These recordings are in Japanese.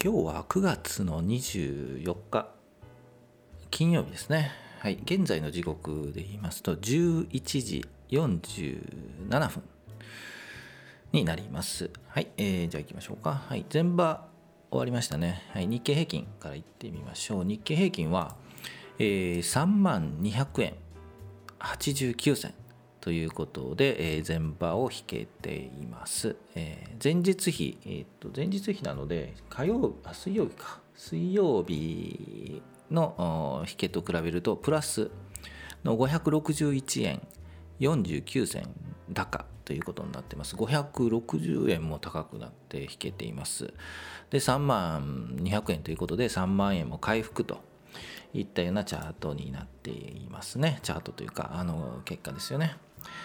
今日は9月の24日金曜日ですね。はい、現在の時刻で言いますと11時47分になります。はい、じゃあ行きましょうか。はい、前場終わりましたね。はい、日経平均からいってみましょう。日経平均は、3万200円89銭ということで、前場を引けています。前日比、前日比なので水曜日の引けと比べるとプラスの561円49銭高ということになっています。560円も高くなって引けています。で、3万200円ということで3万円も回復といったようなチャートになっていますね。チャートというか結果ですよね。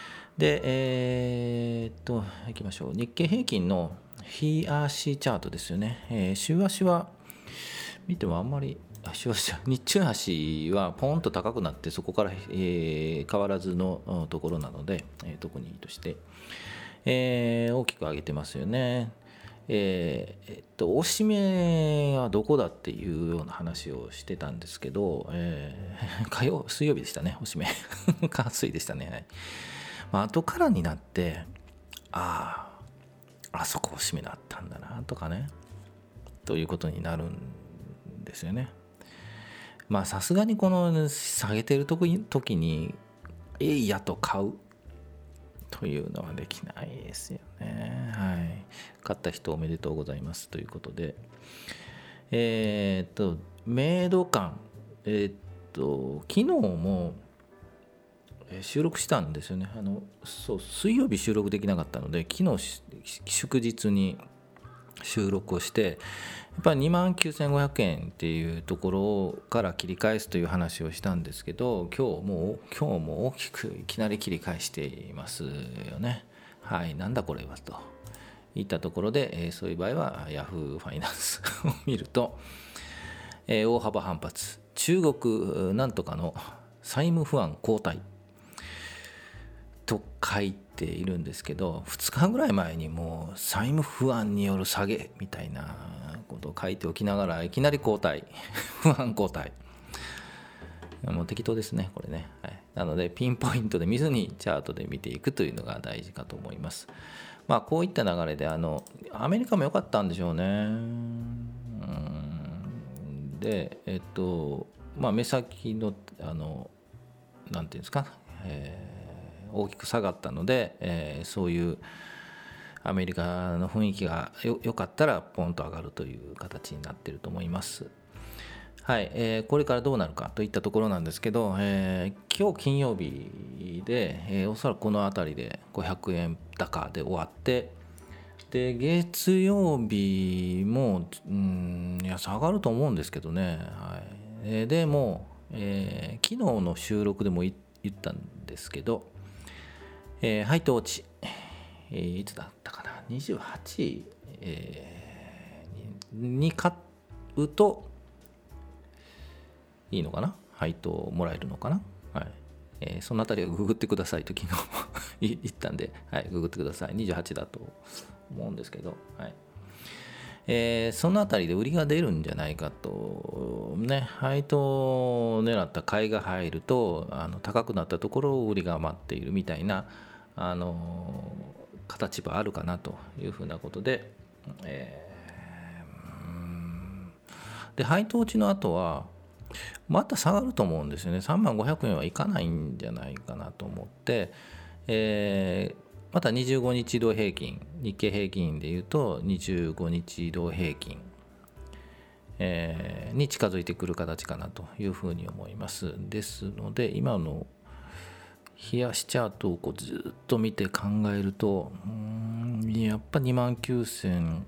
で、いきましょう。日経平均の日足チャートですよね。週足は見てもあんまり日中足はポンと高くなってそこから、変わらずのところなので、特にいいとして、大きく上げてますよね。おしめはどこだっていうような話をしてたんですけど、水曜日でしたね。おしめ火水でしたね。はい、後からになってあそこおしめだったんだなとかねということになるんですよね。さすがにこの下げてる時にやと買うというのはできないですよね。はい、買った人おめでとうございますということで、メイド感、昨日も収録したんですよね。水曜日収録できなかったので昨日祝日に収録をしてやっぱり 29,500 円っていうところから切り返すという話をしたんですけど今日も大きくいきなり切り返していますよね。はい、なんだこれはといったところで、そういう場合はヤフーファイナンスを見ると、大幅反発、中国なんとかの債務不安後退と書いているんですけど2日ぐらい前にもう債務不安による下げみたいなことを書いておきながらいきなり後退不安後退もう適当ですねこれね、はい、なのでピンポイントで見ずにチャートで見ていくというのが大事かと思います。こういった流れでアメリカも良かったんでしょうね。で目先のなんていうんですか、大きく下がったので、そういうアメリカの雰囲気が良かったらポンと上がるという形になっていると思います。はい、これからどうなるかといったところなんですけど、今日金曜日で、おそらくこの辺りで500円高で終わってで月曜日も下がると思うんですけどね。はい、でも、昨日の収録でも言ったんですけど、配当値、いつだったかな28、に買うといいのかな、配当もらえるのかな。はい、そのあたりはググってくださいと昨日言ったんで、はい、ググってください。28だと思うんですけど、はい、そのあたりで売りが出るんじゃないかとね。配当を狙った買いが入ると高くなったところを売りが待っているみたいな形はあるかなというふうなことで、で配当値の後はまた下がると思うんですよね。3万500円はいかないんじゃないかなと思って、また25日移動平均、日経平均でいうと25日移動平均、に近づいてくる形かなというふうに思います。ですので今の冷やしチャートをずっと見て考えるとやっぱ 29,500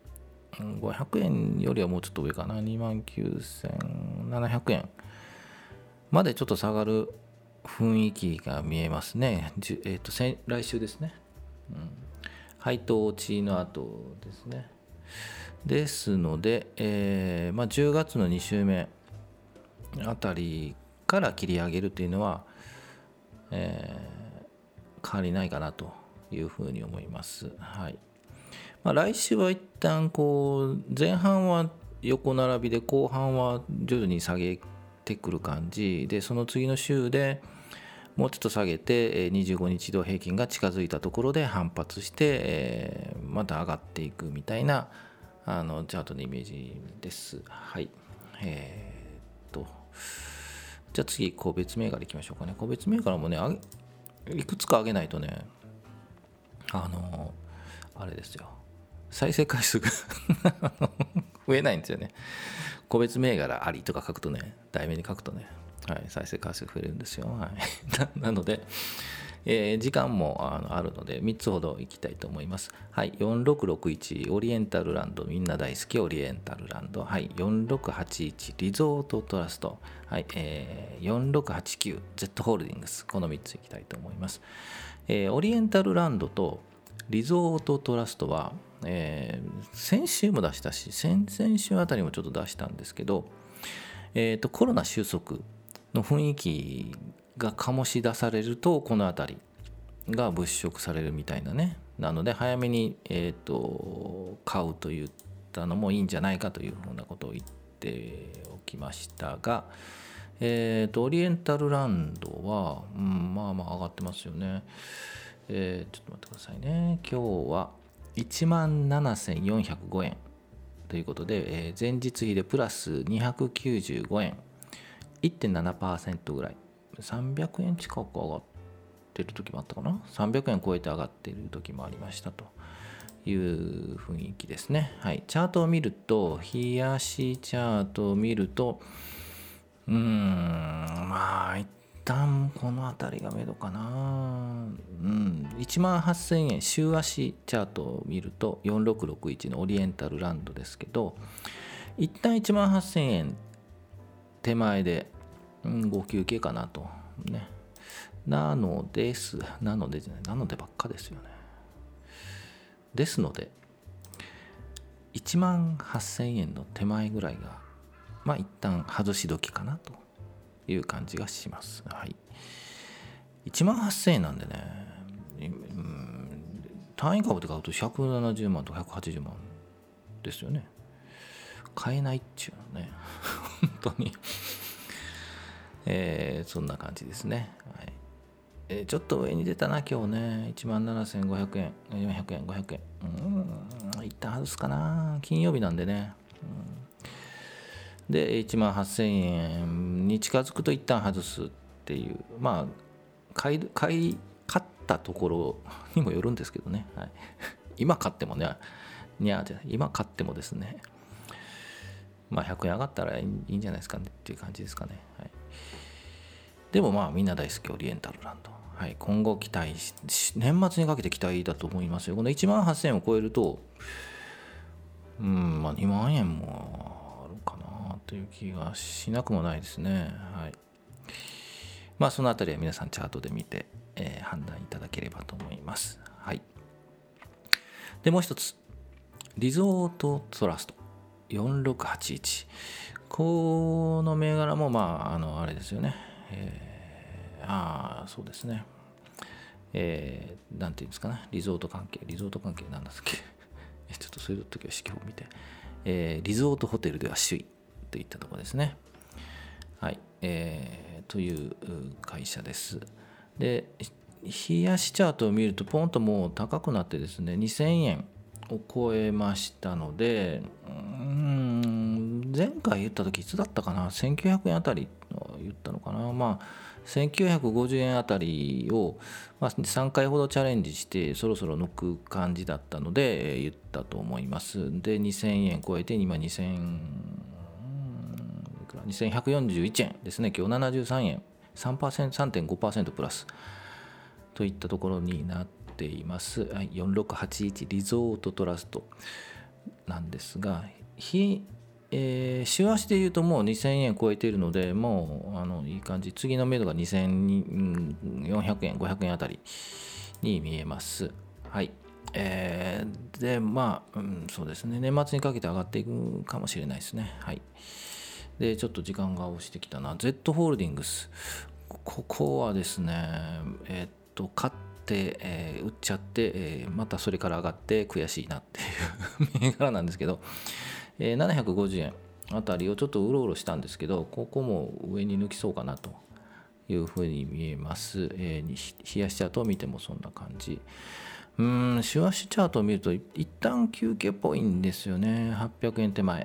円よりはもうちょっと上かな。 29,700 円までちょっと下がる雰囲気が見えますね。来週ですね、配当値の後ですね。ですので、10月の2週目あたりから切り上げるというのは、変わりないかなというふうに思います。はい、来週は一旦前半は横並びで後半は徐々に下げてくる感じで、その次の週でもうちょっと下げて25日移動平均が近づいたところで反発してまた上がっていくみたいなチャートのイメージです。はい。じゃあ次個別銘柄いきましょうかね。個別銘柄もねいくつか上げないとねあれですよ、再生回数が増えないんですよね。個別銘柄ありとか書くとね、題名に書くとね、はい、再生回数増えるんですよ。はい、なので、時間もあるので3つほどいきたいと思います。はい、4661オリエンタルランド、みんな大好きオリエンタルランド。はい、4681リゾートトラスト。はい、4689 Z ホールディングス。この3ついきたいと思います。オリエンタルランドとリゾートトラストは、先週も出したし先々週あたりもちょっと出したんですけど、コロナ収束の雰囲気が醸し出されるとこのあたりが物色されるみたいなね。なので早めに、買うといったのもいいんじゃないかというふうなことを言っておきましたが、オリエンタルランドは、まあまあ上がってますよね。ちょっと待ってくださいね。今日は17,405円ということで、前日比でプラス295円 1.7% ぐらい、300円近く上がってる時もあったかな。300円超えて上がっている時もありましたという雰囲気ですね。はい、チャートを見ると、日足チャートを見ると、まあ一旦この辺りが目処かな。18,000円週足チャートを見ると4661のオリエンタルランドですけど、一旦18,000円手前で、ご休憩かなとね。なのでばっかですよね。ですので18,000円の手前ぐらいが一旦外し時かなという感じがします。はい、18,000円なんでね、単位株で買うと170万とか180万ですよね。買えないっちゅうのね本当にそんな感じですね。はい、ちょっと上に出たな今日ね。17,500円400円500円、一旦外すかな。金曜日なんでね。で18,000円に近づくと一旦外すっていう、買ったところにもよるんですけどね。はい、今買ってもね、今買ってもですね、100円上がったらいいんじゃないですかねっていう感じですかね。はい、でもみんな大好きオリエンタルランド。はい、今後期待年末にかけて期待だと思いますよ。この18,000円を超えると2万円もあるかなという気がしなくもないですね。はい、そのあたりは皆さんチャートで見て、判断いただければと思います。はい、でもう一つリゾートトラスト4681、この銘柄もあれですよね。そうですね。なんていうんですかね、リゾート関係なんだっけちょっとそういう時は指揮を見て、リゾートホテルでは首位といったところですね。はい、という会社です。で、日足チャートを見るとポンともう高くなってですね、2000円を超えましたので、前回言った時いつだったかな、1900円あたり言ったのかな。1950円あたりを、3回ほどチャレンジしてそろそろ抜く感じだったので、言ったと思います。で2000円超えて今2141円ですね。今日73円 3.5% プラスといったところになっています。はい、4681リゾートトラストなんですが、週足でいうともう2000円超えているので、もういい感じ。次の目処が2400円500円あたりに見えます。はい、でそうですね、年末にかけて上がっていくかもしれないですね。はい、でちょっと時間が押してきたな。 Z ホールディングス、ここはですね、買って、売っちゃって、またそれから上がって悔しいなっていう銘柄なんですけど、 750円あたりをちょっとうろうろしたんですけど、ここも上に抜きそうかなというふうに見えます。冷やしチャートを見てもそんな感じ。週足チャートを見ると一旦休憩っぽいんですよね。800円手前、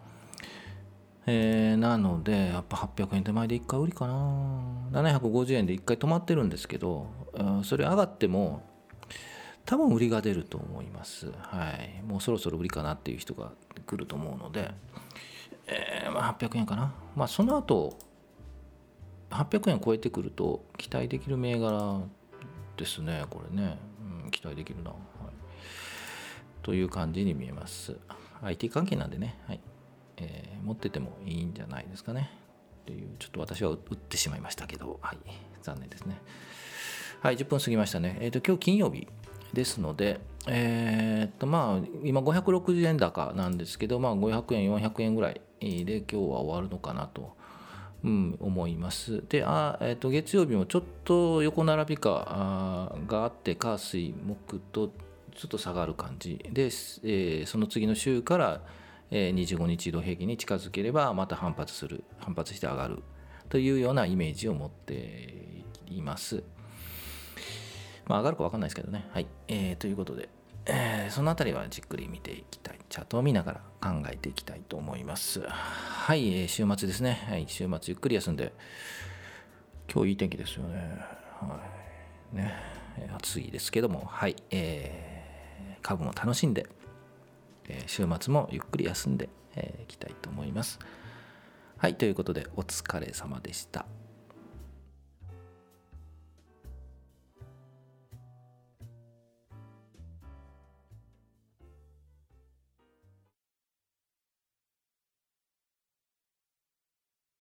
なのでやっぱ800円手前で1回売りかな。750円で1回止まってるんですけど、それ上がっても多分売りが出ると思います。はい、もうそろそろ売りかなっていう人が来ると思うので、800円かな。その後800円超えてくると期待できる銘柄ですね、これね。期待できるな、はい、という感じに見えます。 IT 関係なんでね、はい、持っててもいいんじゃないですかねっていう。ちょっと私は売ってしまいましたけど、はい、残念ですね。はい、10分過ぎましたね。今日金曜日ですので、今560円高なんですけど、500円400円ぐらいで今日は終わるのかなと、思います。で、月曜日もちょっと横並びがあって、火水木とちょっと下がる感じで、その次の週から、25日移動平均に近づければまた反発して上がるというようなイメージを持っています。上がるか分かんないですけどね。はい、ということで、そのあたりはじっくり見ていきたい。チャートを見ながら考えていきたいと思います。はい、週末ですね。はい、週末ゆっくり休んで、今日いい天気ですよね。はいね、暑いですけども、はい、株も楽しんで、週末もゆっくり休んでいきたいと思います。はい、ということでお疲れ様でした。